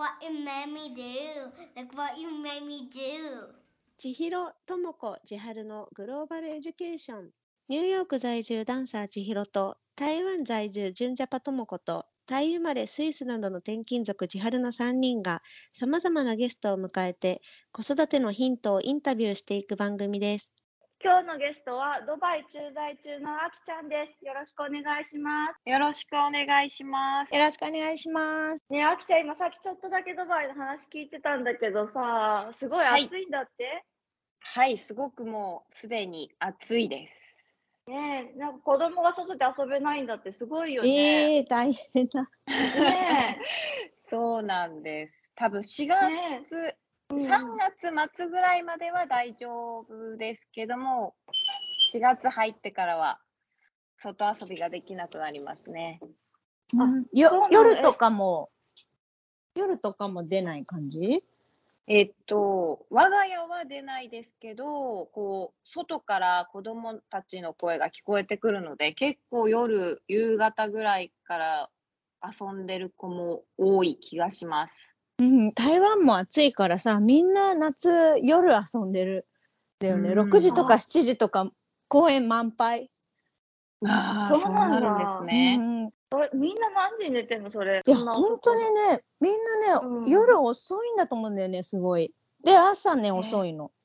what you made me do. Look what you made me do. 千尋智子千春のグローバルエデュケーション。ニューヨーク在住ダンサー千尋と台湾在住純ジャパ智子とタイ生まれスイスなどの転勤族千春の3人がさまざまなゲストを迎えて子育てのヒントをインタビューしていく番組です。 今日のゲストはドバイ駐在中のあきちゃんです。よろしくお願いします。 よろしくお願いします。 よろしくお願いします。 ね、あきちゃん今さっきちょっとだけドバイの話聞いてたんだけどさ、すごい暑いんだって、 はい、すごくもうすでに暑いです。 ねえ、なんか子供が外で遊べないんだってすごいよね。 大変だ。 ねそうなんです。多分4月、 ね 3月末ぐらいまでは大丈夫ですけども、4月入ってからは外遊びができなくなりますね。 夜とかも出ない感じ？ 我が家は出ないですけど、こう外から子供たちの声が聞こえてくるので、結構夕方ぐらいから遊んでる子も多い気がします。 台湾も暑いからさ、みんな夏夜遊んでるだよね。6時とか7時とか公園満杯。 そうなんですね。 みんな何時に寝てんのそれ？ いや本当にね、みんなね、夜遅いんだと思うんだよね、すごい。で朝ね遅いの。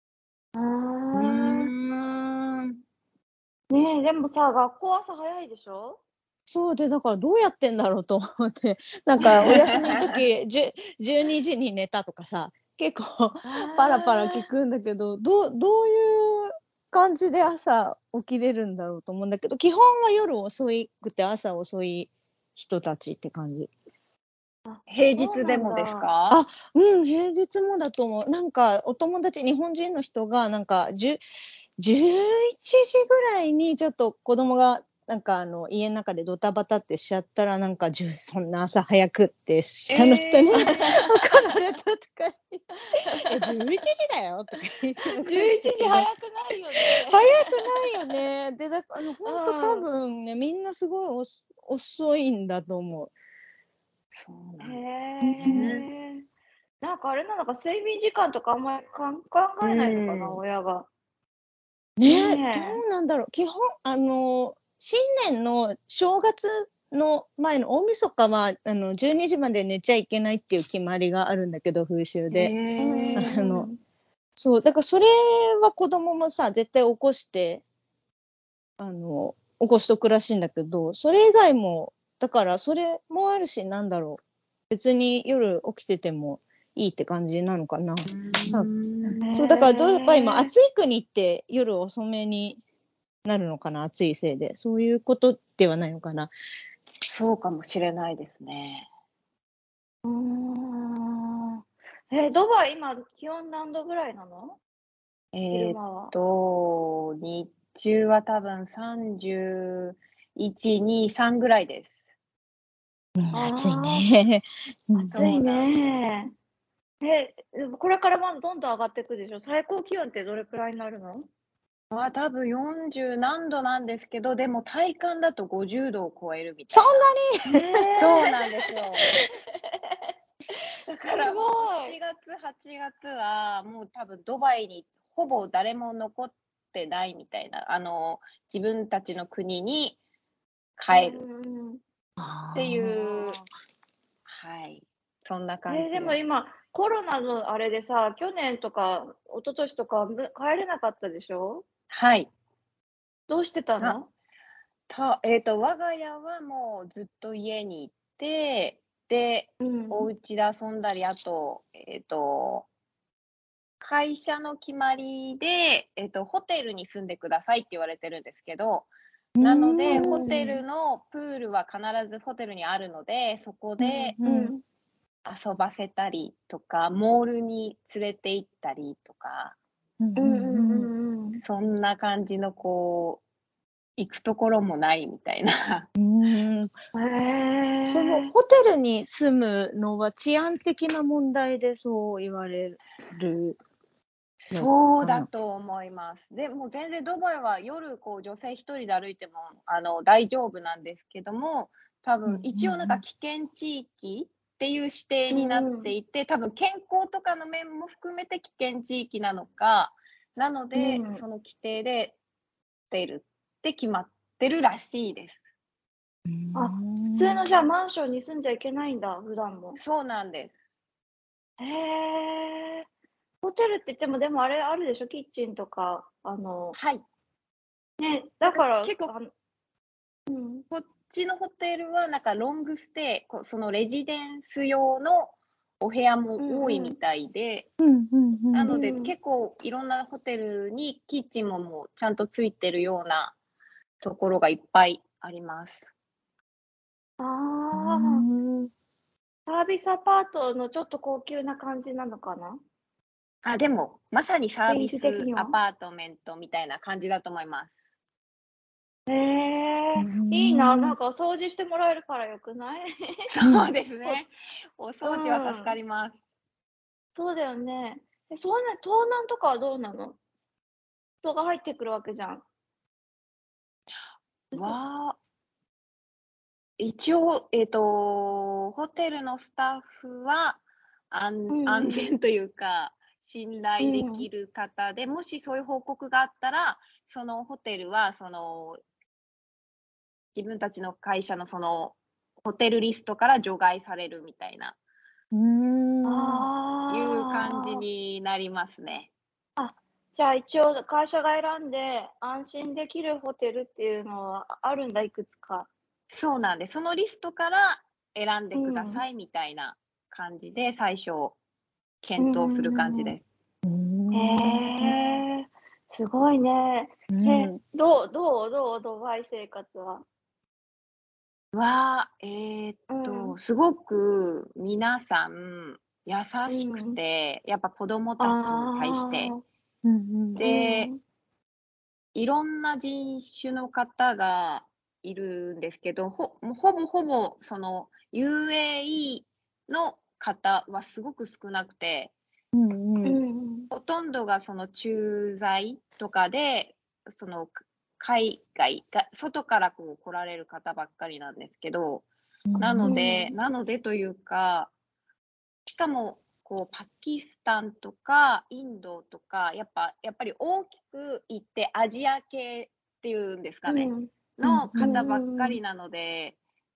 ねえ、でもさ、学校朝早いでしょ？ そうで、だからどうやってんだろうと思って、なんかお休みの時12時に寝たとかさ、結構パラパラ聞くんだけど、どういう感じで朝起きれるんだろうと思うんだけど、基本は夜遅くて朝遅い人たちって感じ。 平日でもですか？ 平日もだと思う。なんかお友達、日本人の人がなんか11時ぐらいにちょっと子供がなんか家の中でドタバタってしちゃったら、なんかそんな朝早くって下の人に怒られたとか言って、11時だよとか言って、 11時早くないよね。 早くないよね。でだから本当多分ね、みんなすごい遅いんだと思う。 そうなんです。なんかあれなのか、睡眠時間とかあんまり考えないのかな、親が。 ね、どうなんだろう。基本新年の正月の前の大晦日は12時まで寝ちゃいけないっていう決まりがあるんだけど、風習で。そうだからそれは子供もさ絶対起こして起こしとくらしいんだけど、それ以外もだからそれもあるし、なんだろう、別に夜起きててもいいって感じなのかな。そうだからやっぱり今暑い国って夜遅めになるのかな、暑いせいで。そういうことではないのかな。 そうかもしれないですね。 ドバイ今気温何度ぐらいなの？ 日中は多分31、2、3ぐらいです。 暑いね。 暑いね。これからまだどんどん上がっていくでしょ？最高気温ってどれくらいになるの？ 多分40何度なんですけど、でも体感だと50度を超えるみたいな。そんなに？ そうなんですよ。だからもう7月、8月はもう多分ドバイにほぼ誰も残ってないみたいな、自分たちの国に帰るっていう、はい、そんな感じです。 でも今コロナのあれでさ、去年とか一昨年とか帰れなかったでしょ？ はい。 どうしてたの？ 我が家はもうずっと家にいて、で、お家で遊んだり、あと、会社の決まりで、ホテルに住んでくださいって言われてるんですけど、なので、ホテルのプールは必ずホテルにあるので、そこで遊ばせたりとか、モールに連れて行ったりとか、そんな感じの行くところもないみたいな。 そのホテルに住むのは治安的な問題でそう言われる。 そうだと思います。でも全然ドバイは夜女性一人で歩いても大丈夫なんですけども、多分一応なんか危険地域っっていう指定になっていて、多分健康とかの面も含めて危険地域なのか、なので、その規定でホテルって決まってるらしいです。 あ、普通のじゃあマンションに住んじゃいけないんだ、普段も。 そうなんです。 へえ。ホテルって言っても、でもあれあるでしょ、キッチンとか、 はい。 ね、だから、 結構こっちのホテルはなんかロングステイ、そのレジデンス用のお部屋も多いみたいで、なので結構いろんなホテルにキッチンもちゃんとついてるようなところがいっぱいあります。 ああ、サービスアパートのちょっと高級な感じなのかな？ でもまさにサービス雰囲気的には。 アパートメントみたいな感じだと思います。 へえ、いいな、なんか掃除してもらえるからよくない？ そうですね。お掃除は助かります。 そうだよね。そうね、盗難とかはどうなの？人が入ってくるわけじゃん。 一応、ホテルのスタッフは安全というか、信頼できる方で、もしそういう報告があったら、そのホテルは、自分たちの会社のホテルリストから除外されるみたいな、いう感じになりますね。 じゃあ一応会社が選んで安心できるホテルっていうのはあるんだ、いくつか。 そうなんで、そのリストから選んでくださいみたいな感じで、最初、検討する感じです。 へえ、すごいね。どうドバイ生活は？ すごく皆さん優しくて、やっぱ子供たちに対して。で、いろんな人種の方がいるんですけど、ほぼほぼUAE の方はすごく少なくて、ほとんどが駐在とかで、海外が外から来られる方ばっかりなんですけど、なのでというか、しかもパキスタンとかインドとか、やっぱり大きく言ってアジア系っていうんですかね、の方ばっかりなので、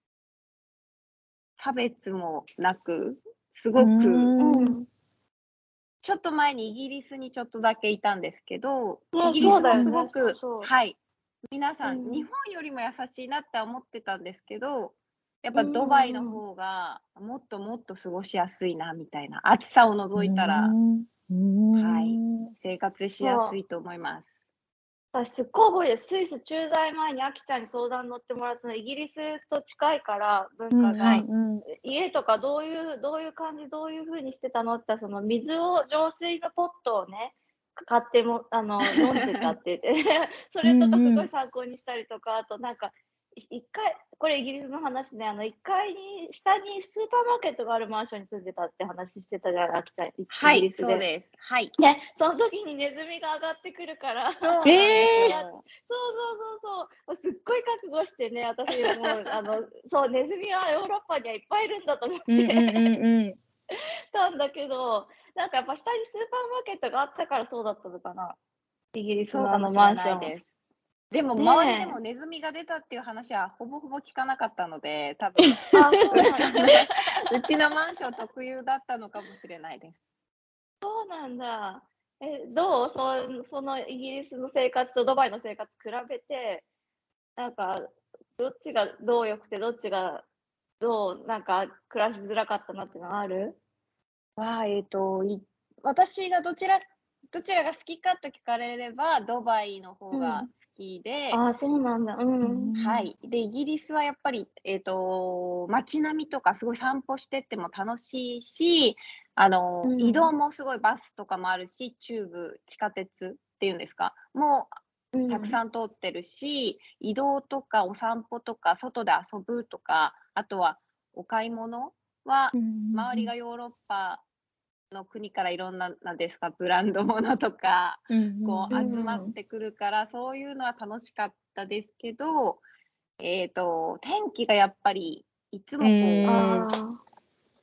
差別もなく、すごく、ちょっと前にイギリスにちょっとだけいたんですけど、イギリスもすごく、皆さん、日本よりも優しいなって思ってたんですけど、やっぱドバイの方がもっともっと過ごしやすいなみたいな、暑さを除いたら、生活しやすいと思います。 私すっごい覚えてる。スイス駐在前にアキちゃんに相談乗ってもらったの、イギリスと近いから文化が、家とかどういう感じ、どういう風にしてたのって、その水を浄水のポットをね、買っても飲んでたって言ってそれとかすごい参考にしたりとか、あとなんか1階、これイギリスの話ね、1階に下にスーパーマーケットがあるマンションに住んでたって話してたじゃん、アキちゃん、イギリスで。 そうです。 ね、その時にネズミが上がってくるから、そうそうすっごい覚悟してね、私もネズミはヨーロッパにはいっぱいいるんだと思ってたんだけど、なんかやっぱ下にスーパーマーケットがあったからそうだったのかな、イギリスのマンション。 でも周りでもネズミが出たっていう話はほぼほぼ聞かなかったので、多分うちのマンション特有だったのかもしれないです。 そうなんだ。どう？そのイギリスの生活とドバイの生活比べて、なんかどっちがどう良くて、どっちがなんか暮らしづらかったなってのはある？ 私がどちらが好きかと聞かれれば、ドバイの方が好きで、 そうなんだ。 で、イギリスはやっぱり、街並みとかすごい散歩してっても楽しいし、移動もすごいバスとかもあるし、チューブ、地下鉄っていうんですか、もうたくさん通ってるし、移動とかお散歩とか、外で遊ぶとか、あとはお買い物は、周りがヨーロッパの国からいろんな、なんですか、ブランド物とか、集まってくるから、そういうのは楽しかったですけど、天気がやっぱりいつも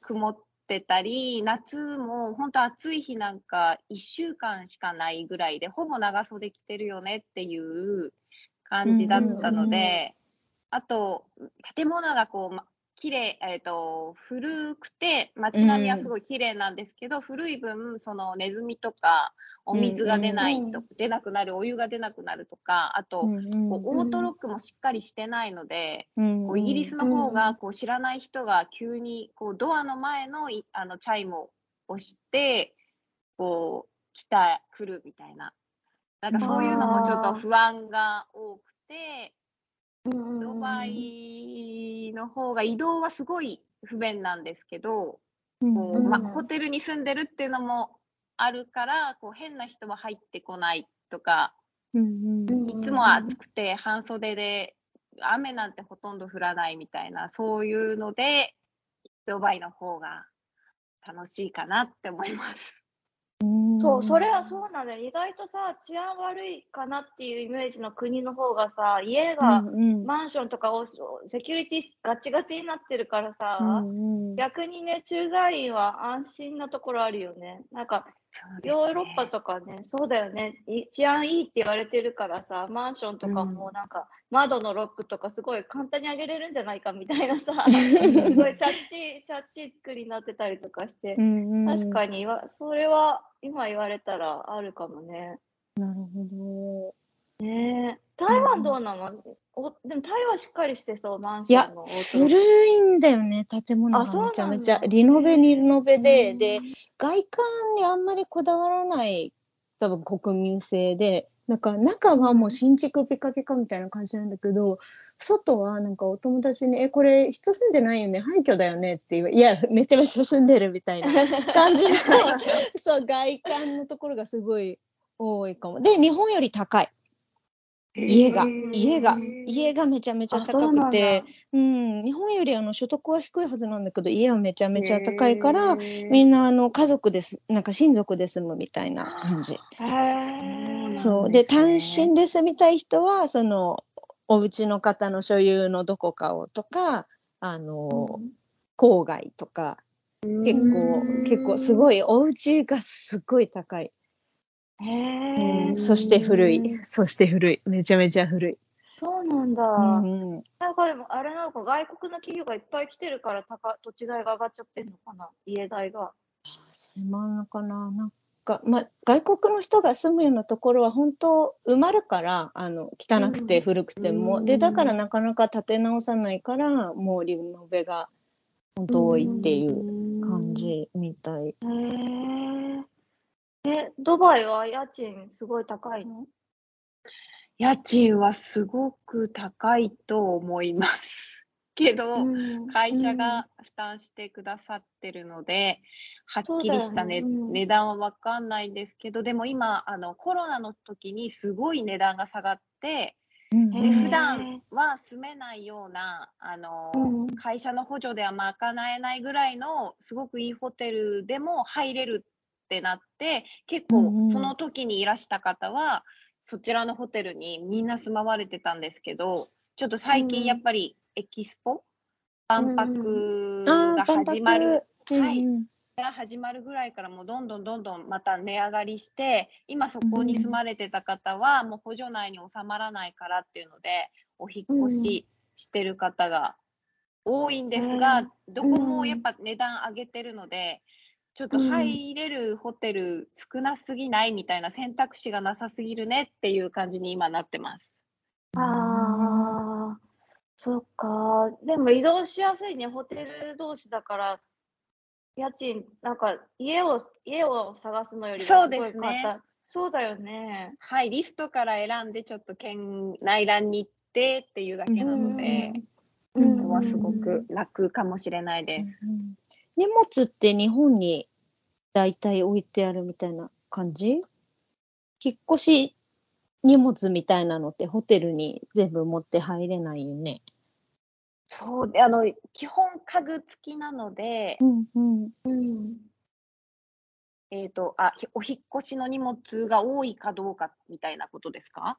曇ってたり、夏も本当暑い日なんか1週間しかないぐらいで、ほぼ長袖着てるよねっていう感じだったので、あと建物がこう、綺麗、古くて街並みはすごい綺麗なんですけど、古い分そのネズミとかお水が出なくなる、お湯が出なくなるとか、あとこうオートロックもしっかりしてないので、こうイギリスの方がこう知らない人が急にこうドアの前のチャイムを押してこう来るみたいな、なんかそういうのもちょっと不安が多くて、ドバイの方が移動はすごい不便なんですけど、ホテルに住んでるっていうのもあるから、こう変な人は入ってこないとか、いつも暑くて半袖で雨なんてほとんど降らないみたいな、そういうのでドバイの方が楽しいかなって思います。 そう、それはそうなんだよ。意外とさ、治安悪いかなっていうイメージの国の方がさ、家が、マンションとかセキュリティガチガチになってるからさ、逆にね、駐在員は安心なところあるよね。なんか、ヨーロッパとかね、そうだよね。治安いいって言われてるからさ、マンションとかもなんか、窓のロックとかすごい簡単に上げれるんじゃないかみたいなさ、すごいチャッチ作りになってたりとかして、確かにそれは今言われたらあるかもね。 なるほど。ねえ。台湾どうなの？でも台湾しっかりしてそう、マンションの。 古いんだよね、建物がめちゃめちゃ。リノベで、外観にあんまりこだわらない、多分国民性で、なんか中はもう新築ピカピカみたいな感じなんだけど、外はなんかお友達に、これ人住んでないよね、廃墟だよねって言う、いや、めちゃめちゃ住んでるみたいな感じの、そう、外観のところがすごい多いかも。で、日本より高い。家がめちゃめちゃ高くて、日本より所得は低いはずなんだけど、家はめちゃめちゃ高いから、みんな家族です、なんか親族で住むみたいな感じ。そうで、単身で住みたい人は、そのお家の方の所有のどこかをとか、郊外とか、結構すごい、お家がすごい高い。そして古い。めちゃめちゃ古い。 そうなんだ。なんかでも、あれなのか、外国の企業がいっぱい来てるから土地代が上がっちゃってるのかな、家代が。 それもあるのかな。なんか、外国の人が住むようなところは本当埋まるから、汚くて古くても。で、だからなかなか建て直さないから、もうリノベが本当多いっていう感じみたい。 ドバイは家賃すごい高いの？ 家賃はすごく高いと思いますけど、会社が負担してくださってるので、はっきりした値段は分かんないんですけど、でも今コロナの時にすごい値段が下がって、で普段は住めないような会社の補助では賄えないぐらいのすごくいいホテルでも入れるってなって、結構その時にいらした方はそちらのホテルにみんな住まわれてたんですけど、ちょっと最近やっぱりエキスポ、万博が始まる、が始まるぐらいからもうどんどんまた値上がりして、今そこに住まれてた方はもう補助内に収まらないからっていうのでお引っ越ししてる方が多いんですが、どこもやっぱ値段上げてるので、ちょっと入れるホテル少なすぎないみたいな、選択肢がなさすぎるねっていう感じに今なってます。 そっか。でも移動しやすいね、ホテル同士だから。家賃、なんか家を探すのよりもすごい簡単。そうだよね。 はい、リストから選んでちょっと内覧に行ってっていうだけなので、そこはすごく楽かもしれないです。 荷物って日本にだいたい置いてあるみたいな感じ？引っ越し荷物みたいなのってホテルに全部持って入れないよね。 そうで、基本家具付きなので、お引っ越しの荷物が多いかどうかみたいなことですか？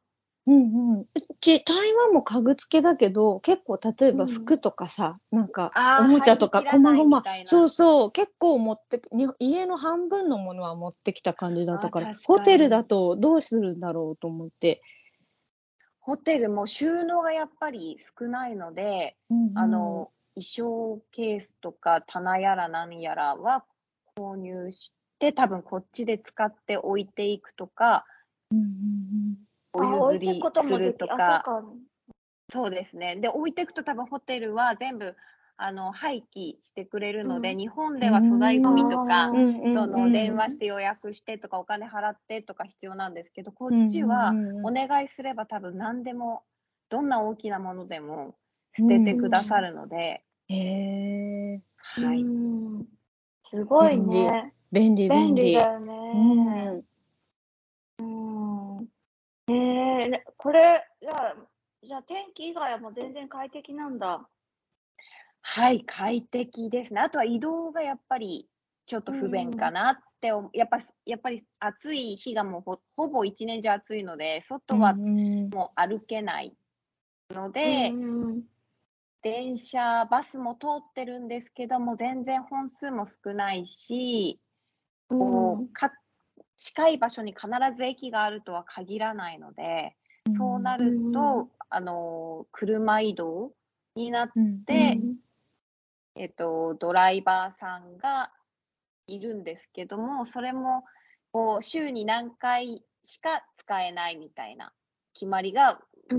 うんうん。うち、台湾も家具付けだけど、結構例えば服とかさ、なんか、おもちゃとか、 入りきらないこまごま、 みたいな。 そうそう、結構家の半分のものは持ってきた感じだったから、 確かにホテルだとどうするんだろうと思って。 ホテルも収納がやっぱり少ないので、 うんうん。 衣装ケースとか棚やら何やらは購入して、多分こっちで使って置いていくとか、 うんうんお譲りするとそうか、 か。 そうですね。で、置いていくと多分ホテルは全部廃棄してくれるので、 うん日本うん。 では粗大ゴミとか、 うんうんその電うん。 話して予約してとかお金払ってとか必要なんですけど、こっうんちはうんお願いすれば多分何でも、どんな大きなものでも捨ててうん。 くださるので、 へえ、 うはい。 ん。すごい便利。 ね。 便利、 便便利。 利だようね。 ん。 うん。これ、じゃあ天気以外はもう全然快適なんだ。 はい、快適ですね。あとは移動がやっぱりちょっと不便かなってやっぱり暑い日がもうほぼ一年中暑いので、外はうんもう歩けないのうで、 ん。 電車、バスも通ってるんですけども、全然本数も少ないし、 うん。 近い場所に必ず駅があるとは限らないので、そうなうるん。 と、車移動になっうんて、ドライバーさんがいるんですけども、それも週に何回しか使えないみたいな決まりがうん。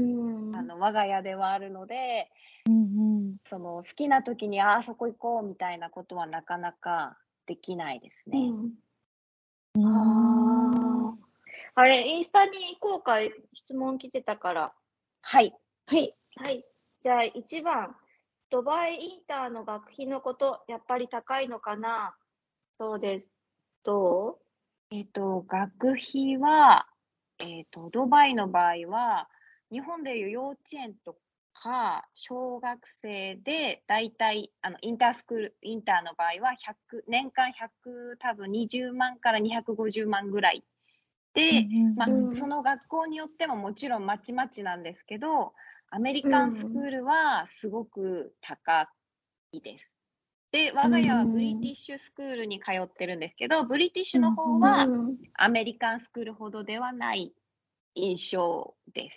我が家ではあるので、 うんその好きな時にあそこ行こうみたいなことはなかなかできないですね。 うん。 ああ。あれ、インスタに行こうか質問来てたから。 はい。 はい。 はい。じゃあ1番、ドバイインターの学費のこと、やっぱり高いのかな？そうです。ど学費は、ドバイの場合は、日本でいう幼稚園とか小学生でだいたいインターの場合は年間多分20万から250万ぐらいで、まあ、その学校によってももちろんまちまちなんですけど、アメリカンスクールはすごく高いです。で、我が家はブリティッシュスクールに通ってるんですけど、ブリティッシュの方はアメリカンスクールほどではない印象です。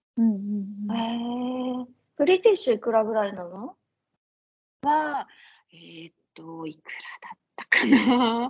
ブリティッシュいくらぐらいなの？ いくらだったかな。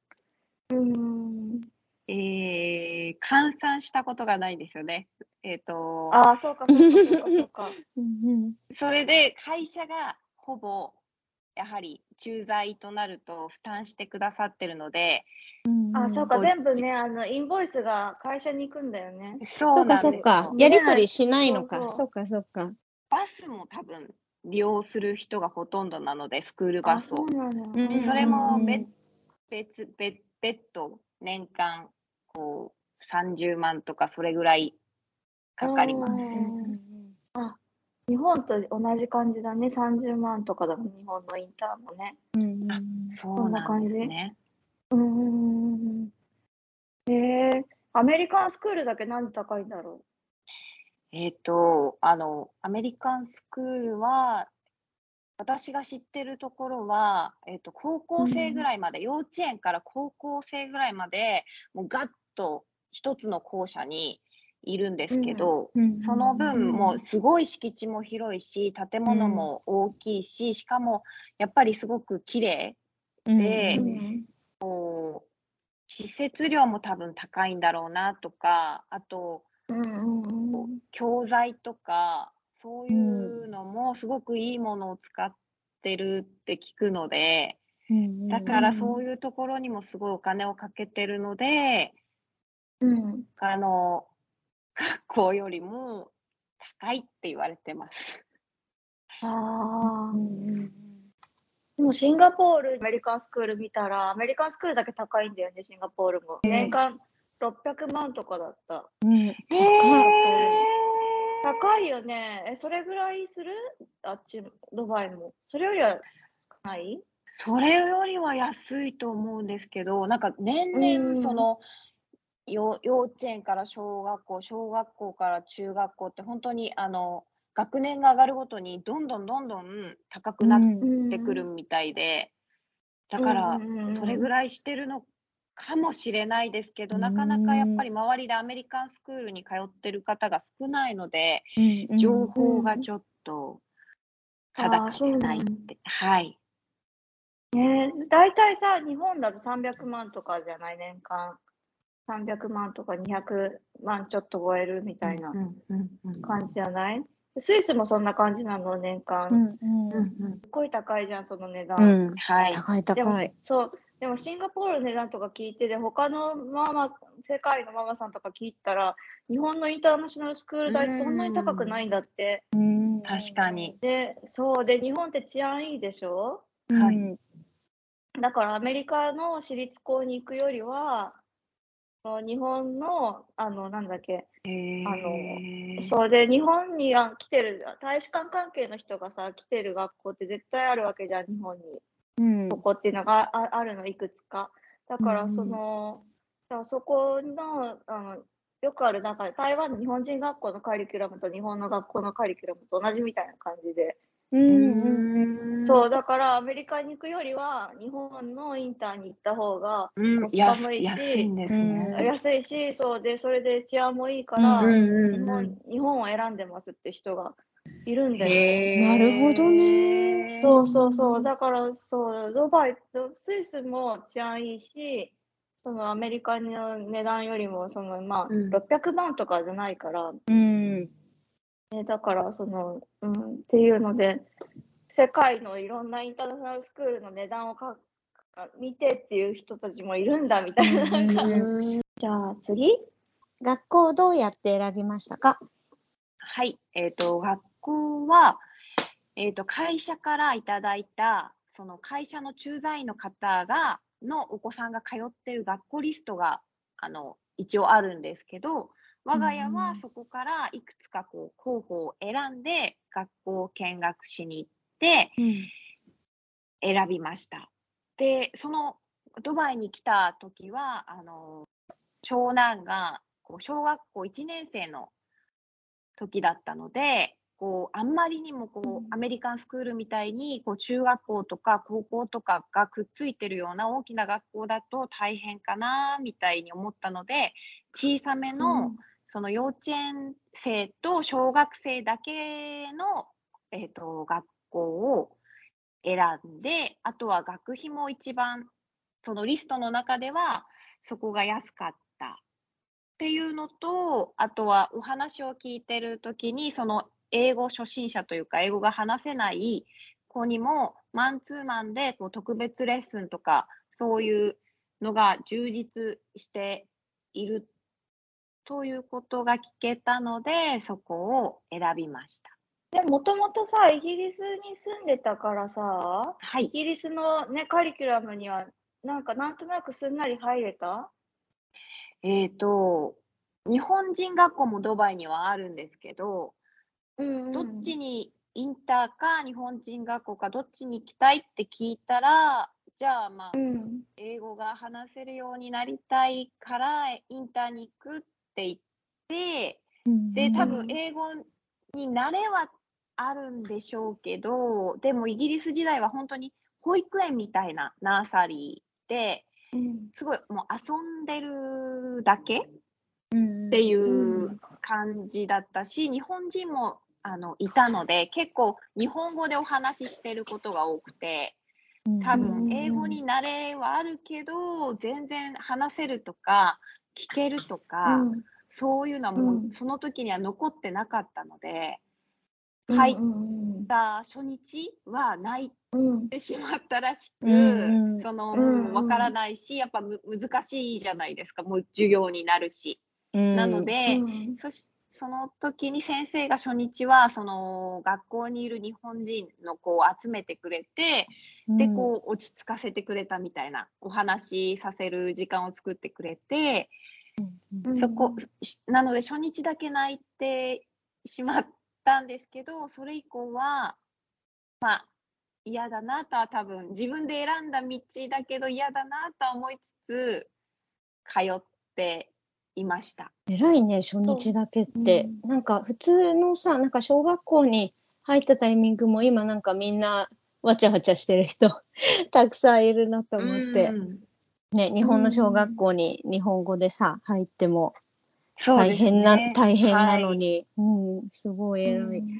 換算したことがないんですよね。 ああ、そうかそうか。 それで会社がほぼやはり駐在となると負担してくださってるので、 あ、そうか、全部ね、インボイスが会社に行くんだよね。 そうなんですよ。 やり取りしないのか。 そうそうか、そうか。 バスも多分利用する人がほとんどなので、スクールバあ、 スを。 そうなの。 でそれも別途年間30万とかそれぐらいかかります。 あ、日本と同じ感じだね。30万とかだもん、日本のインターンもね。 そうなんですね。 アメリカンスクールだけなんで高いんだろアメリカンスクールは、私が知ってるところは、高校生ぐらいまで、幼稚園から高校生ぐらいまで、もうガッと一つの校舎にいるんですけど、その分、もうすごい敷地も広いし、建物も大きいし、しかもやっぱりすごく綺麗で、施設料も多分高いんだろうなとか、あと、教材とか、そういうのもすごくいいものを使ってるって聞くので、だからそういうところにもすごいお金をかけてるので、学校よりも高いって言われてます。 でもシンガポール、アメリカンスクール見たら、アメリカンスクールだけ高いんだよね、シンガポールも。年間600万とかだった。高いよね。それぐらいする？あっち、ドバイも。それよりは少ない？ それよりは安いと思うんですけど、なんか年々 幼稚園から小学校、小学校から中学校って本当に学年が上がるごとにどんどん高くなってくるみたいで、だからそれぐらいしてるのかもしれないですけど、なかなかやっぱり周りでアメリカンスクールに通ってる方が少ないので、情報がちょっと定かじゃないって。はい。 大体さ、日本だと300万とかじゃない、年間。300万とか200万ちょっと超えるみたいな感じじゃない？スイスもそんな感じなの、年間。すっごい高いじゃん、その値段。 はい。 高いでも高い。 でもシンガポールの値段とか聞いてて、他の世界のママさんとか聞いたら、日本のインターナショナルスクール代ってそんなに高くないんだって。 確かに。 で、日本って治安いいでしょ？ はい。 だからアメリカの私立校に行くよりは、日本の、なんだっけ、そうで、日本に来てる、大使館関係の人がさ、来てる学校って絶対あるわけじゃん、日本に。ここっていうのがあるの、いくつか。だから、そこの、よくある、なんか台湾の日本人学校のカリキュラムと日本の学校のカリキュラムと同じみたいな感じで。そうだからアメリカに行くよりは日本のインターに行った方がコスパもいいし、 安いんですね。 安いし、そうで、それで治安もいいから、日本を選んでますって人がいるんだよね。 なるほどね。 そう。だから、ドバイとスイスも治安いいし、そのアメリカの値段よりも、600万とかじゃないから、だから、っていうので、世界のいろんなインターナショナルスクールの値段を見てっていう人たちもいるんだみたいな。じゃあ次。 学校どうやって選びましたか？ はい。学校は、会社からいただいた、その会社の駐在員の方のお子さんが通ってる学校リストが、一応あるんですけど、我が家はそこからいくつか候補を選んで、学校を見学しに行って、選びました。で、そのドバイに来た時は、長男が小学校1年生の時だったので、あんまりにもアメリカンスクールみたいに中学校とか高校とかがくっついてるような大きな学校だと大変かなみたいに思ったので、小さめのその幼稚園生と小学生だけの、学校を選んで、あとは学費も一番そのリストの中ではそこが安かったっていうのと、あとはお話を聞いてる時にその英語初心者というか英語が話せない子にもマンツーマンで特別レッスンとかそういうのが充実しているということが聞けたので、そこを選びました。 でもともとさ、イギリスに住んでたからさ、 はい、 イギリスのね、カリキュラムにはなんとなくすんなり入れた？ 日本人学校もドバイにはあるんですけど、どっちにインターか日本人学校かどっちに行きたいって聞いたら、じゃあ英語が話せるようになりたいからインターに行くって言って、で、多分英語に慣れはあるんでしょうけど、でもイギリス時代は本当に保育園みたいなナーサリーで、すごいもう遊んでるだけっていう感じだったし、日本人もいたので、結構日本語でお話ししてることが多くて、多分英語に慣れはあるけど、全然話せるとか聞けるとか、そういうのはもうその時には残ってなかったので、入った初日は泣いてしまったらしく、もうわからないし、やっぱ難しいじゃないですか、もう授業になるし。なので、その時に先生が初日はその学校にいる日本人の子を集めてくれて、で落ち着かせてくれたみたいな、お話しさせる時間を作ってくれて、なので初日だけ泣いてしまったんですけど、それ以降は嫌だなとは、多分自分で選んだ道だけど嫌だなとは思いつつ通っていました。 偉いね、初日だけって。なんか普通のさ、なんか小学校に入ったタイミングも今なんかみんなわちゃわちゃしてる人たくさんいるなと思って。ね、日本の小学校に日本語でさ、入っても大変なのに、すごい偉い。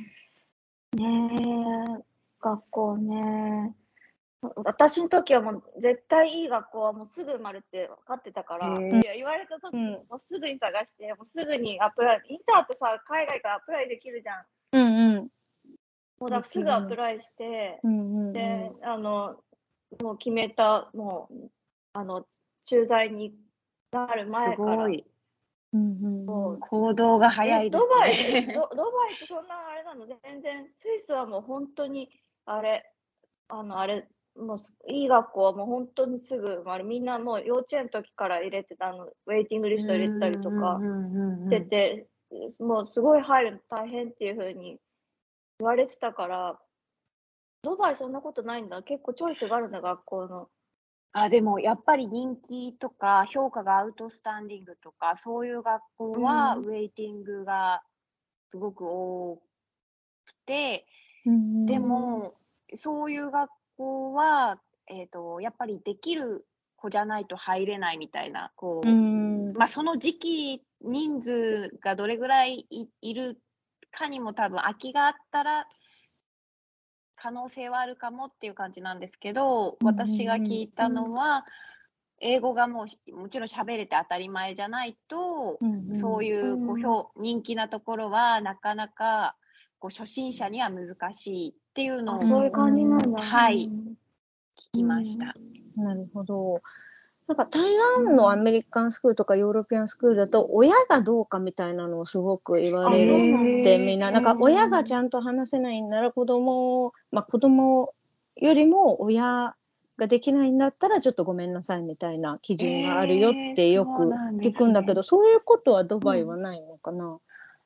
学校ね。私の時はもう絶対いい学校はもうすぐ埋まるって分かってたから、いや言われた時もうすぐに探して、もうすぐにアプライ、インターってさ、海外からアプライできるじゃん。もうだからすぐアプライして、で、もう決めた、もう、駐在になる前から。 行動が早いですね。 ドバイってそんなあれなの？全然、スイスはもう本当に、あれ、もういい学校はもう本当にすぐ、みんなもう幼稚園の時から入れてたウェイティングリスト入れてたりとかしてて、もうすごい入るの大変っていう風に言われてたから、ドバイそんなことないんだ。結構チョイスがあるんだ、学校の。 でもやっぱり人気とか評価がアウトスタンディングとかそういう学校はウェイティングがすごく多くて、でもそういう学校は、やっぱりできる子じゃないと入れないみたいな、その時期人数がどれぐらいいるかにも多分空きがあったら可能性はあるかもっていう感じなんですけど、私が聞いたのは、英語がもちろん喋れて当たり前じゃないと、そういう人気なところはなかなか初心者には難しいっていうのを、 そういう感じなんだ。 聞きました。 なるほど。なんか台湾のアメリカンスクールとかヨーロピアンスクールだと親がどうかみたいなのをすごく言われるってみんな、なんか親がちゃんと話せないんなら子供よりも親ができないんだったらちょっとごめんなさいみたいな基準があるよってよく聞くんだけど、そういうことはドバイはないのかな？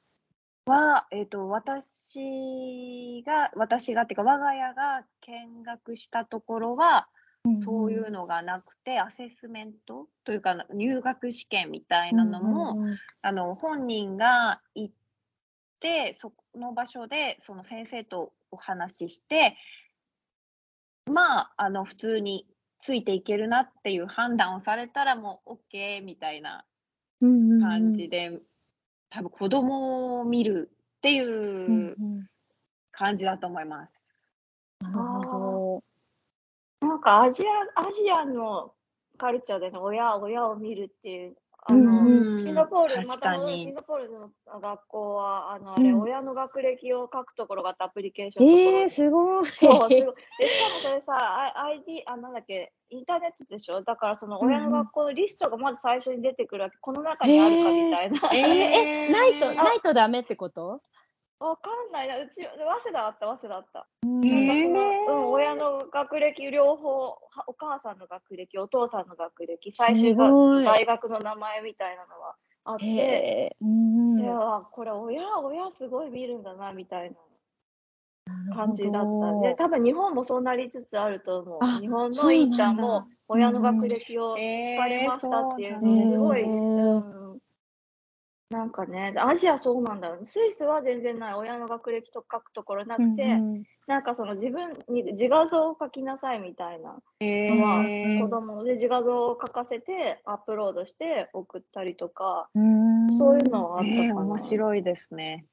私がっていうか我が家が見学したところは、そういうのがなくて、アセスメントというか入学試験みたいなのも、本人が行ってその場所でその先生とお話しして、普通についていけるなっていう判断をされたらもう OK みたいな感じで、多分子供を見るっていう感じだと思います。 なんかアジアのカルチャーでの親を見るっていう、シンガポール、またシンガポールの学校は、親の学歴を書くところがあったアプリケーション。 すごい。 そう、すごい。で、しかもそれさ、ID、なんだっけ、インターネットでしょ？だからその親の学校のリストがまず最初に出てくるわけ。この中にあるかみたいな。 ないとダメってこと？ わかんないな。うち、早稲田あった。なんか親の学歴両方、お母さんの学歴、お父さんの学歴、最終が大学の名前みたいなのはあって、これ親すごい見るんだな、みたいな感じだった。で、多分日本もそうなりつつあると思う。日本のインターも親の学歴を聞かれましたっていうのすごい、なんかね、アジアそうなんだよね。スイスは全然ない。親の学歴と書くところなくて、なんかその自分に自画像を描きなさいみたいなのは、子供で自画像を描かせてアップロードして送ったりとか、そういうのはあったかな。 面白いですね。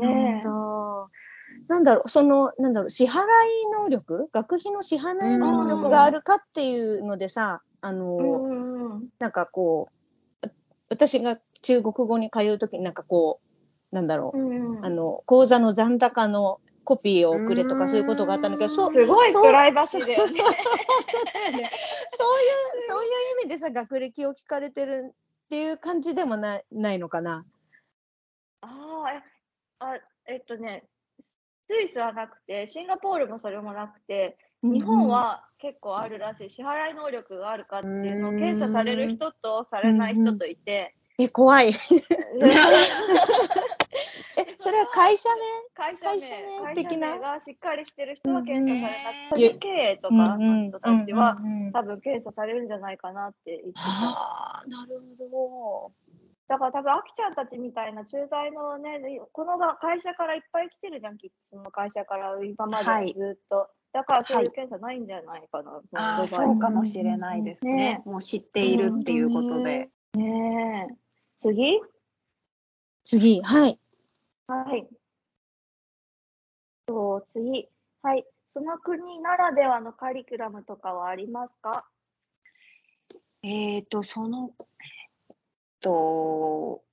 なんだろう、支払い能力、学費の支払い能力があるかっていうのでさ、なんかこう、私が中国語に通うときに口座の残高のコピーを送れとかそういうことがあったんだけど、 すごいプライバシーだよね。 そういう意味でさ、学歴を聞かれてるっていう感じでもないのかな。 スイスはなくて、シンガポールもそれもなくて、日本は結構あるらしい。支払い能力があるかっていうのを検査される人とされない人といて。 怖い。それは会社名的ながしっかりしてる人は検査されなくて、個人経営とかの人たちは多分検査されるんじゃないかなって言ってた。 なるほど。 だから多分、あきちゃんたちみたいな駐在のね、この会社からいっぱい来てるじゃん、きっとその会社から今まではいずっと。だからそうはいいう検査ないんじゃないかな、そのああ、 ドバイそうかもしれないですね。 ねもう知っているっていうことで。 ねえ。次次、はい。 はい。次。はい。その国ならではのカリキュラムとかはありますか？ その、と、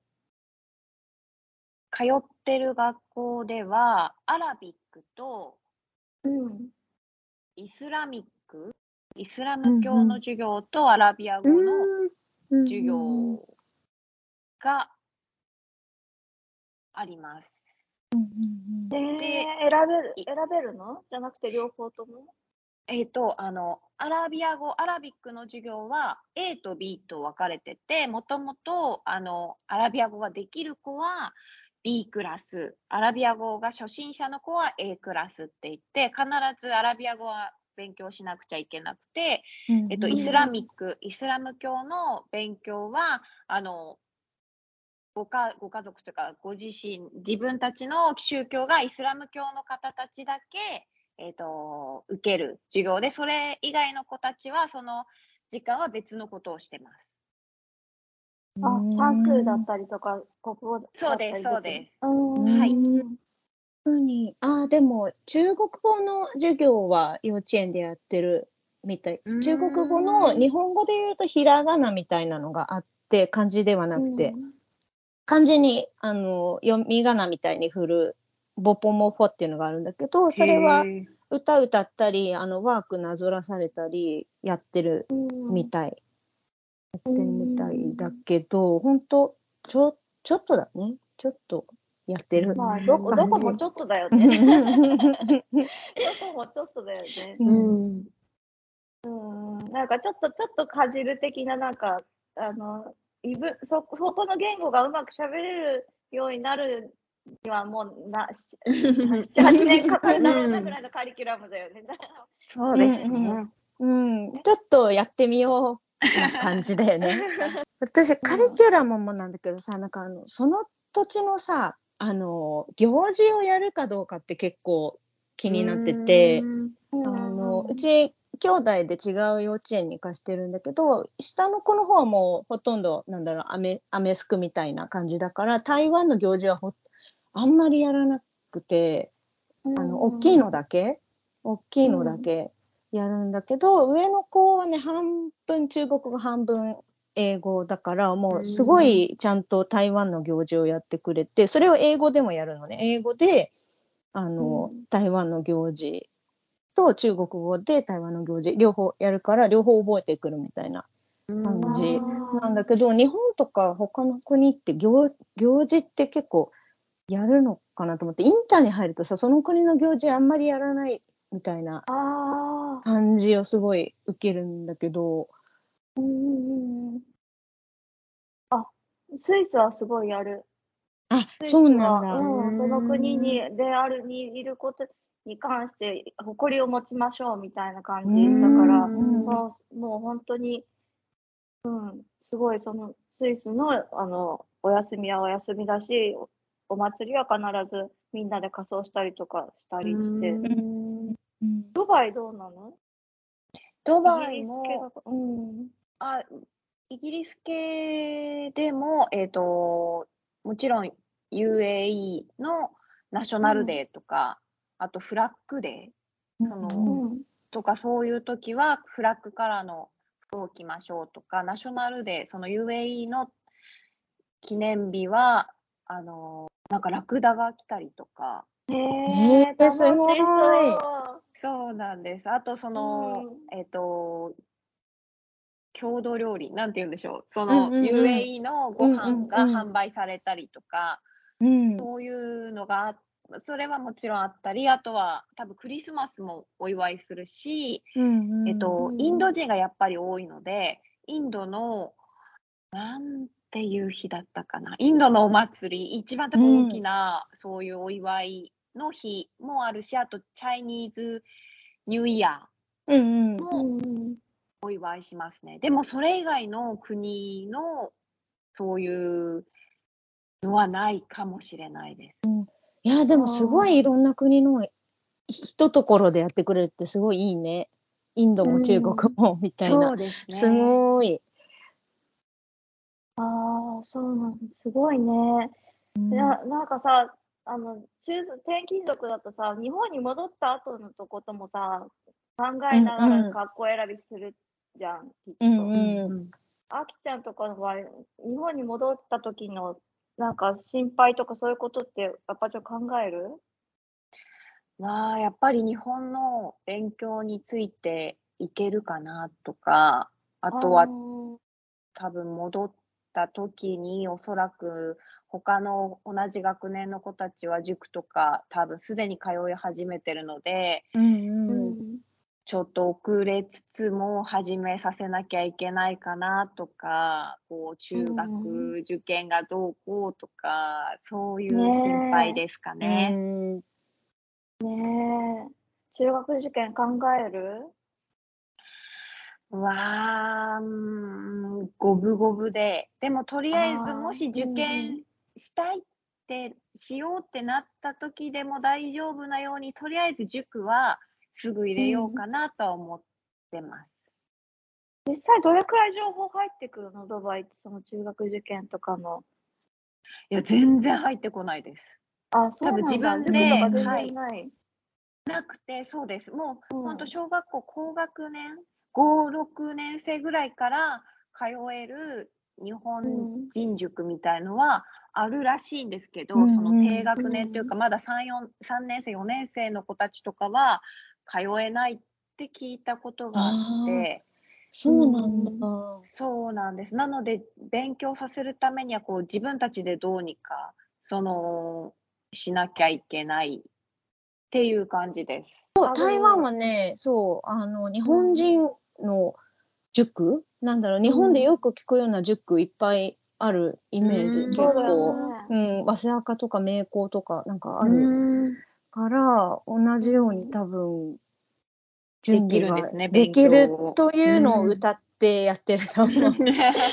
通ってる学校では、アラビックとうん。 イスラム教の授業とアラビア語の授業があります。 選べるのじゃなくて両方とも？ アラビックの授業は A と B と分かれてて、もともとアラビア語ができる子は B クラス、アラビア語が初心者の子は A クラスって言って、必ずアラビア語は勉強しなくちゃいけなくて、イスラム教の勉強はご家族というか自分たちの宗教がイスラム教の方たちだけ受ける授業で、それ以外の子たちはその時間は別のことをしてます。 算数だったりとか、国語だったりそうです。 はい。 でも、中国語の授業は幼稚園でやってるみたい。中国語の日本語で言うとひらがなみたいなのがあって、漢字ではなくて、漢字に読み仮名みたいに振るボポモフォっていうのがあるんだけど、それは歌ったり、ワークなぞらされたりやってるみたい。やってるみたいだけど、本当ちょっとだね。ちょっとやってる。 まあ、どこもちょっとだよね。どこもちょっとだよね。なんかちょっとかじる的な、なんか、そこの言語がうまく喋れるようになるにはもう7、8年かかるだろうなぐらいのカリキュラムだよね。 そうですね。 ちょっとやってみような感じだよね。私、カリキュラムもなんだけどさ、なんかその土地のさ、行事をやるかどうかって結構気になってて、うち、兄弟で違う幼稚園に行かしてるんだけど、下の子の方はもうほとんど、アメスクみたいな感じだから、台湾の行事はあんまりやらなくて、大きいのだけやるんだけど、上の子はね、半分中国語、半分英語だから、もうすごいちゃんと台湾の行事をやってくれて、それを英語でもやるのね。英語で、台湾の行事と中国語で台湾の行事、両方やるから、両方覚えてくるみたいな感じなんだけど、日本とか他の国って行事って結構やるのかなと思って、インターに入るとさ、その国の行事あんまりやらないみたいな感じをすごい受けるんだけど。 スイスはすごいやる。 そうなんだ。 その国にいることに関して誇りを持ちましょうみたいな感じだから、もう本当に、すごいそのスイスのお休みはお休みだし、お祭りは必ずみんなで仮装したりとかしたりして。ドバイどうなの？ ドバイもイギリス系でももちろん UAE のナショナルデーとか、あとフラッグデーとか、そういう時はフラッグカラーの服を着ましょうとか、ナショナルデー、その UAE の記念日はなんかラクダが来たりとか。 楽しそう。 そうなんです。あと郷土料理、なんて言うんでしょう、その UAE のご飯が販売されたりとか、そういうのがそれはもちろんあったり、あとは多分クリスマスもお祝いするし、インド人がやっぱり多いので、インドのなんていう日だったかな、インドのお祭り、一番多分大きなそういうお祝いの日もあるし、あとチャイニーズニューイヤーもお祝いしますね。でもそれ以外の国のそういうのはないかもしれないです。 いや、でもすごいいろんな国の一ところでやってくれるってすごいいいね。インドも中国もみたいな。 そうですね。 すごい。 ああ、そうなんです。すごいね。なんかさ、転勤族だとさ、日本に戻った後のこともさ、考えながら学校選びするじゃん、きっと。あきちゃんとかの場合、日本に戻った時のなんか心配とかそういうことってやっぱちょっと考える？ やっぱり日本の勉強についていけるかなとか、あとは多分戻った時におそらく他の同じ学年の子たちは塾とか多分すでに通い始めてるので、ちょっと遅れつつも始めさせなきゃいけないかなとか、こう中学受験がどうこうとか、そういう心配ですかね。 ねえ。中学受験考える？ 五分五分で、でもとりあえずもし受験したいってしようってなった時でも大丈夫なように、とりあえず塾はすぐ入れようかなとは思ってます。 実際どれくらい情報入ってくるの？ドバイってその中学受験とかの。 いや、全然入ってこないです。 あ、そうなんだ。 多分自分で、 塾とか全然ない。 なくて、そうです。もう本当小学校高学年、5、6年生ぐらいから通える日本人塾みたいのはあるらしいんですけど、その低学年というか、まだ3年生、4年生の子たちとかは通えないって聞いたことがあって、 そうなんだ。 そうなんです。なので、勉強させるためには、こう、自分たちでどうにか、しなきゃいけないっていう感じです。 台湾はね、そう、日本人の塾、なんだろう、日本でよく聞くような塾いっぱいあるイメージ。結構、早稲田とか明高とかなんかあるから、同じように多分、準備ができるというのを歌ってやってると思う。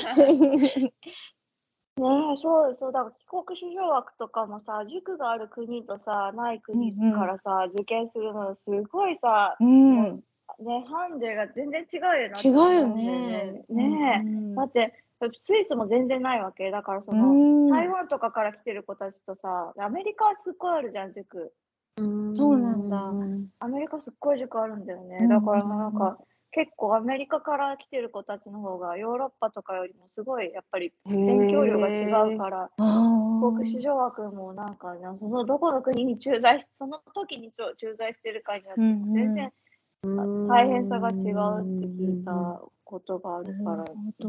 そう、だから帰国子女枠とかもさ、塾がある国とさ、ない国からさ、受験するのすごいさ、もうね、ハンデが全然違うよなって思うんだよね。ねえ。だって、スイスも全然ないわけ。だから台湾とかから来てる子たちとさ、アメリカはすっごいあるじゃん、塾。 そうなんだ。 アメリカすっごい塾あるんだよね。だからなんか、結構アメリカから来てる子たちの方がヨーロッパとかよりもすごいやっぱり勉強量が違うから、帰国子女枠もなんか、そのどこの国にその時に駐在してるかによっても全然大変さが違うって聞いたことがあるから。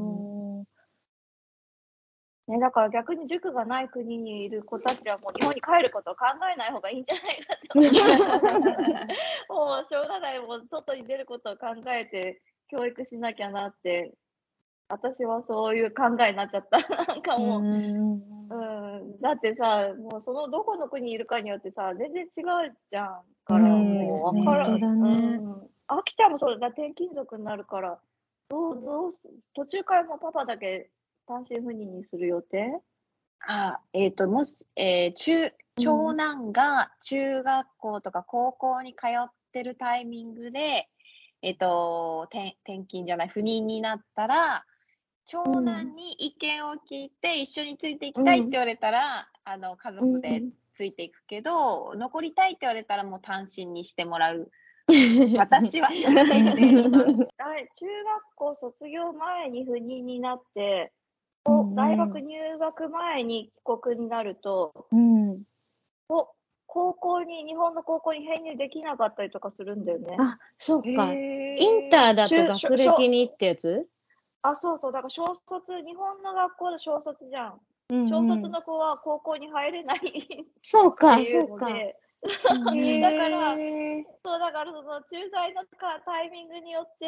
ね、だから逆に塾がない国にいる子たちはもう日本に帰ることを考えない方がいいんじゃないかって思う。もうしょうがない、もう外に出ることを考えて教育しなきゃなって、私はそういう考えになっちゃった。なんかもう、だってさ、もうそのどこの国にいるかによってさ、全然違うじゃんから、もう分からん。あきちゃんもそうだ、転勤族になるから、途中からもうパパだけ単身赴任にする予定？ もし、長男が中学校とか高校に通ってるタイミングで、転勤じゃない、赴任になったら、長男に意見を聞いて一緒についていきたいって言われたら、家族でついていくけど、残りたいって言われたらもう単身にしてもらう。私は予定でいます。 中学校卒業前に赴任になって、大学入学前に帰国になると、日本の高校に編入できなかったりとかするんだよね。 あ、そうか。インターだと学歴にってやつ？ そう、だから日本の学校で小卒じゃん。小卒の子は高校に入れないっていうので、だからその駐在のタイミングによって、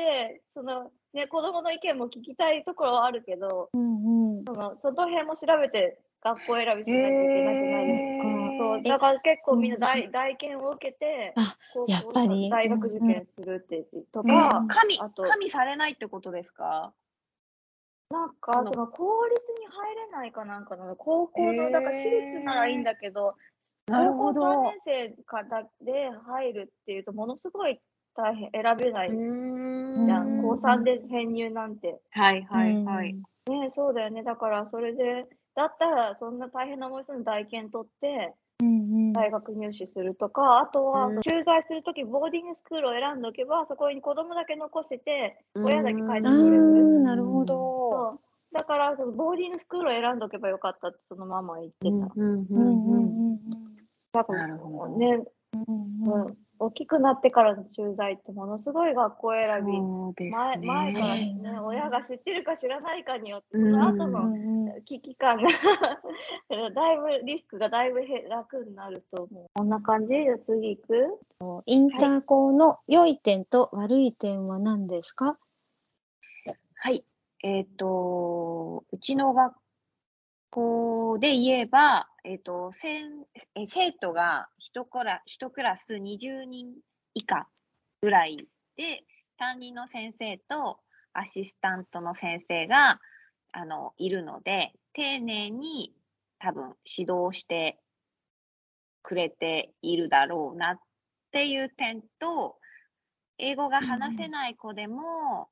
子供の意見も聞きたいところはあるけど、その辺も調べて学校選びしなきゃいけなくなる。そうだから結構みんな代検を受けて、大学受験するってとか、 加味されないってことですか？ なんか、その公立に入れないかなんかの、高校の、 へだから私立ならいいんだけど、 なる高校ほど。 3年生からで入るっていうと、ものすごい大変、選べないじゃん。高3で編入なんて。 はいはいはい。 ね、そうだよね。だからそれで、だったらそんな大変な思いするの大検取って、大学入試するとか、あとは駐在するときボーディングスクールを選んでおけば、そこに子供だけ残してて、親だけ帰ってあくれる。 なるほど。 そうだからそのボーディングスクールを選んでおけばよかったってそのママは言ってた。だからなるほど。 ね、大きくなってからの駐在ってものすごい学校選び、 そうですね。 前からね、親が知ってるか知らないかによって、その後の危機感がだいぶリスクがだいぶ楽になると思う。こんな感じで次行く？ インター校の良い点と悪い点は何ですか？ はい。うちの学校で言えば、生徒が1クラス20人以下ぐらいで、担任の先生とアシスタントの先生がいるので、丁寧に多分指導してくれているだろうなっていう点と、英語が話せない子でも、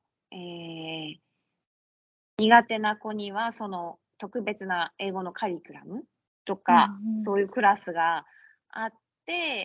苦手な子にはその特別な英語のカリキュラムとか、そういうクラスがあって、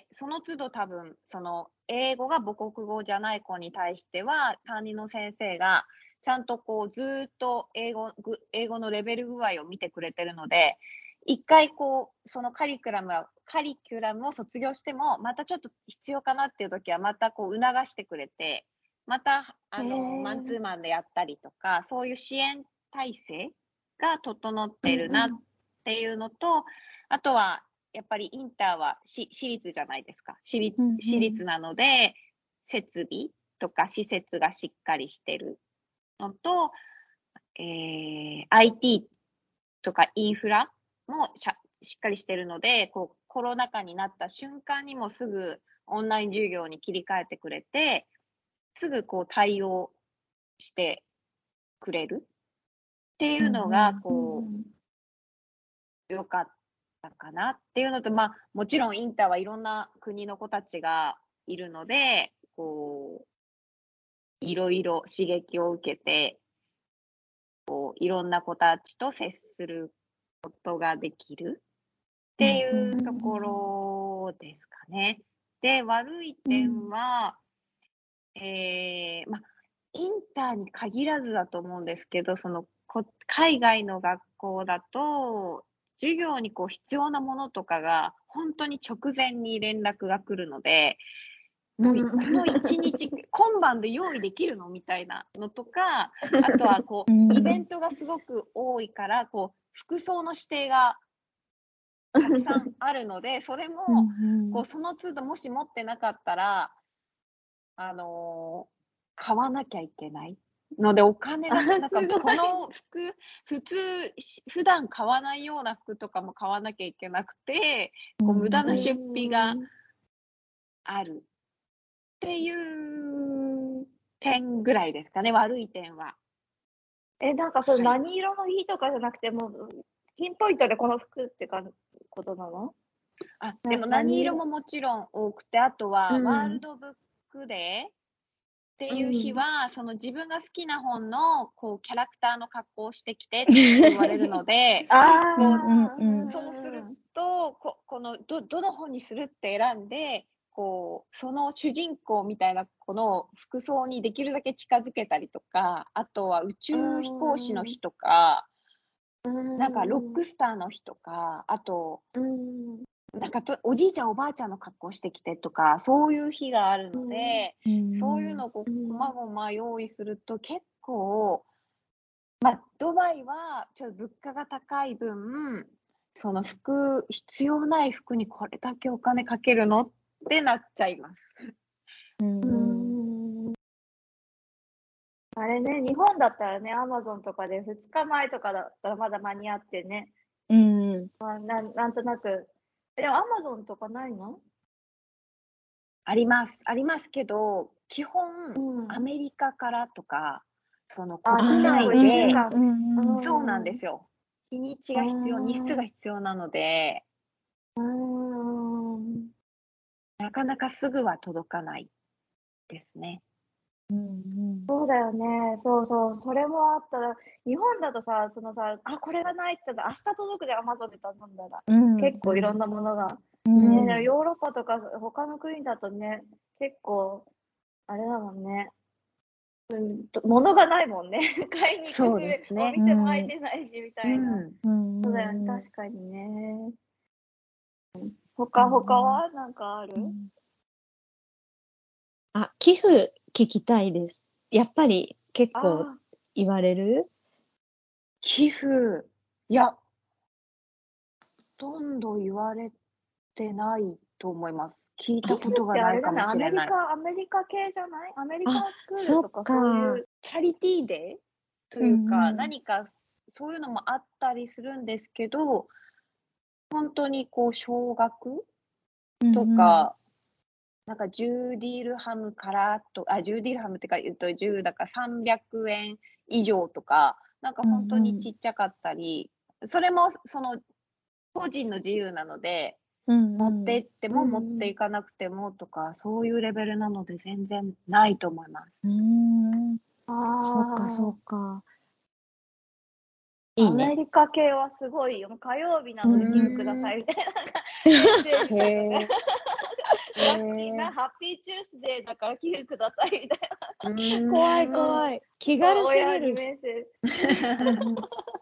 その都度多分その英語が母国語じゃない子に対しては担任の先生がちゃんとこうずっと英語のレベル具合を見てくれてるので、一回こうそのカリキュラムを卒業してもまたちょっと必要かなっていう時はまたこう促してくれて、またマンツーマンでやったりとか、そういう支援体制が整ってるなっていうのと、あとはやっぱりインターは私立じゃないですか。私立なので設備とか施設がしっかりしてるのと、IT とかインフラもしっかりしてるので、こうコロナ禍になった瞬間にもすぐオンライン授業に切り替えてくれて、すぐこう対応してくれるっていうのがこう良かったかなっていうのと、まあもちろんインターはいろんな国の子たちがいるので、こういろいろ刺激を受けて、こういろんな子たちと接することができるっていうところですかね。で、悪い点は、まあ、インターに限らずだと思うんですけど、その海外の学校だと、授業にこう必要なものとかが本当に直前に連絡が来るので、もうこの1日今晩で用意できるのみたいなのとか、あとはこうイベントがすごく多いからこう服装の指定がたくさんあるので、それもこうその都度もし持ってなかったら買わなきゃいけないので、お金がなんかこの服普段買わないような服とかも買わなきゃいけなくて、こう無駄な出費があるっていう点ぐらいですかね、悪い点は。 なんかそれ何色の日とかじゃなくて、もうピンポイントでこの服ってことなの？ でも何色ももちろん多くて、あとはワールドブックデーっていう日は、その自分が好きな本のこうキャラクターの格好をしてきてって言われるのでそうするとこのどの本にするって選んで、こうその主人公みたいなこの服装にできるだけ近づけたりとか、あとは宇宙飛行士の日とか、なんかロックスターの日とか、あとなんかおじいちゃんおばあちゃんの格好してきてとか、そういう日があるので、そういうのをこう細々用意すると結構、まあドバイはちょっと物価が高い分、その必要ない服にこれだけお金かけるのってなっちゃいます。 あれね、日本だったらね、アマゾンとかで2日前とかだったらまだ間に合ってね。まあ、なんとなく。でもアマゾンとかないの？ ありますけど、基本アメリカからとか、 そのあ、 国内 1週で、 間。 そうなんですよ。日にちが必要、日数が必要なので、なかなかすぐは届かないですね。 そうだよね。そうそう。それもあったら、日本だとさ、あ、これがないって言ったら、明日届くで Amazon で頼んだら、結構いろんなものが。ね、ヨーロッパとか他の国だとね、結構、あれだもんね。物がないもんね。買いに行くし、 そうですねお店も開いてないし、みたいな。 うんそうだよね。確かにね。他はなんかある？ あ、寄付聞きたいです。やっぱり結構あ言われる？ 寄付、いや、ほとんど言われてないと思います。聞いたことがないかもしれない。 アメリカ系じゃない？アメリカあ、 スクールとかそういうチャリティーデーというか、何かそういうのもあったりするんですけど、本当にこう少額とか、なんか10ディールハムからと、10ディールハムってか言うと10だから300円以上とか、なんか本当にちっちゃかったり、それもその個人の自由なので、持って行っても持っていかなくてもとか、そういうレベルなので全然ないと思います。 そうかそうか。いいアメね。 リカ系はすごいよ。火曜日なので寄付くださいみたいな。メッセージとかねハッピーチュースデーだから寄付くださいみたいな。 怖い怖い。気軽すぎ親にる。 メッセージ。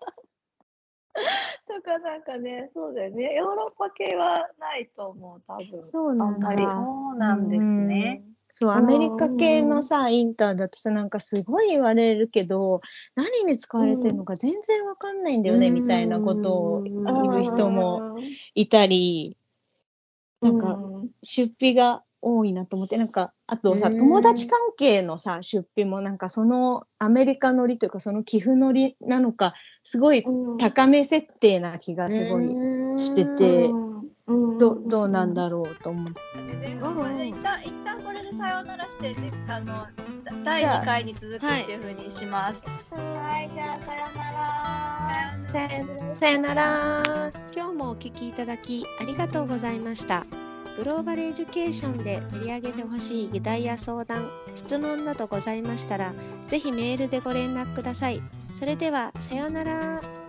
とかなんかね、そうだよね。ヨーロッパ系はないと思う、多分。 そうなんだ。 そうなんですね。 そう、アメリカ系のさ、インターだとさ、なんかすごい言われるけど、何に使われてるのか全然わかんないんだよね、みたいなことを言う人もいたり、なんか出費が多いなと思って、なんか、あとさ、友達関係のさ、出費もなんかそのアメリカ乗りというか、その寄付乗りなのか、すごい高め設定な気がすごいしてて、どうなんだろうと思って。 一旦これでさよならして、第2回に続くっていう風にします。はい、じゃあさよなら。 さよなら。 今日もお聞きいただきありがとうございました。グローバルエデュケーションで取り上げてほしい議題や相談、質問などございましたら、ぜひメールでご連絡ください。それではさようなら。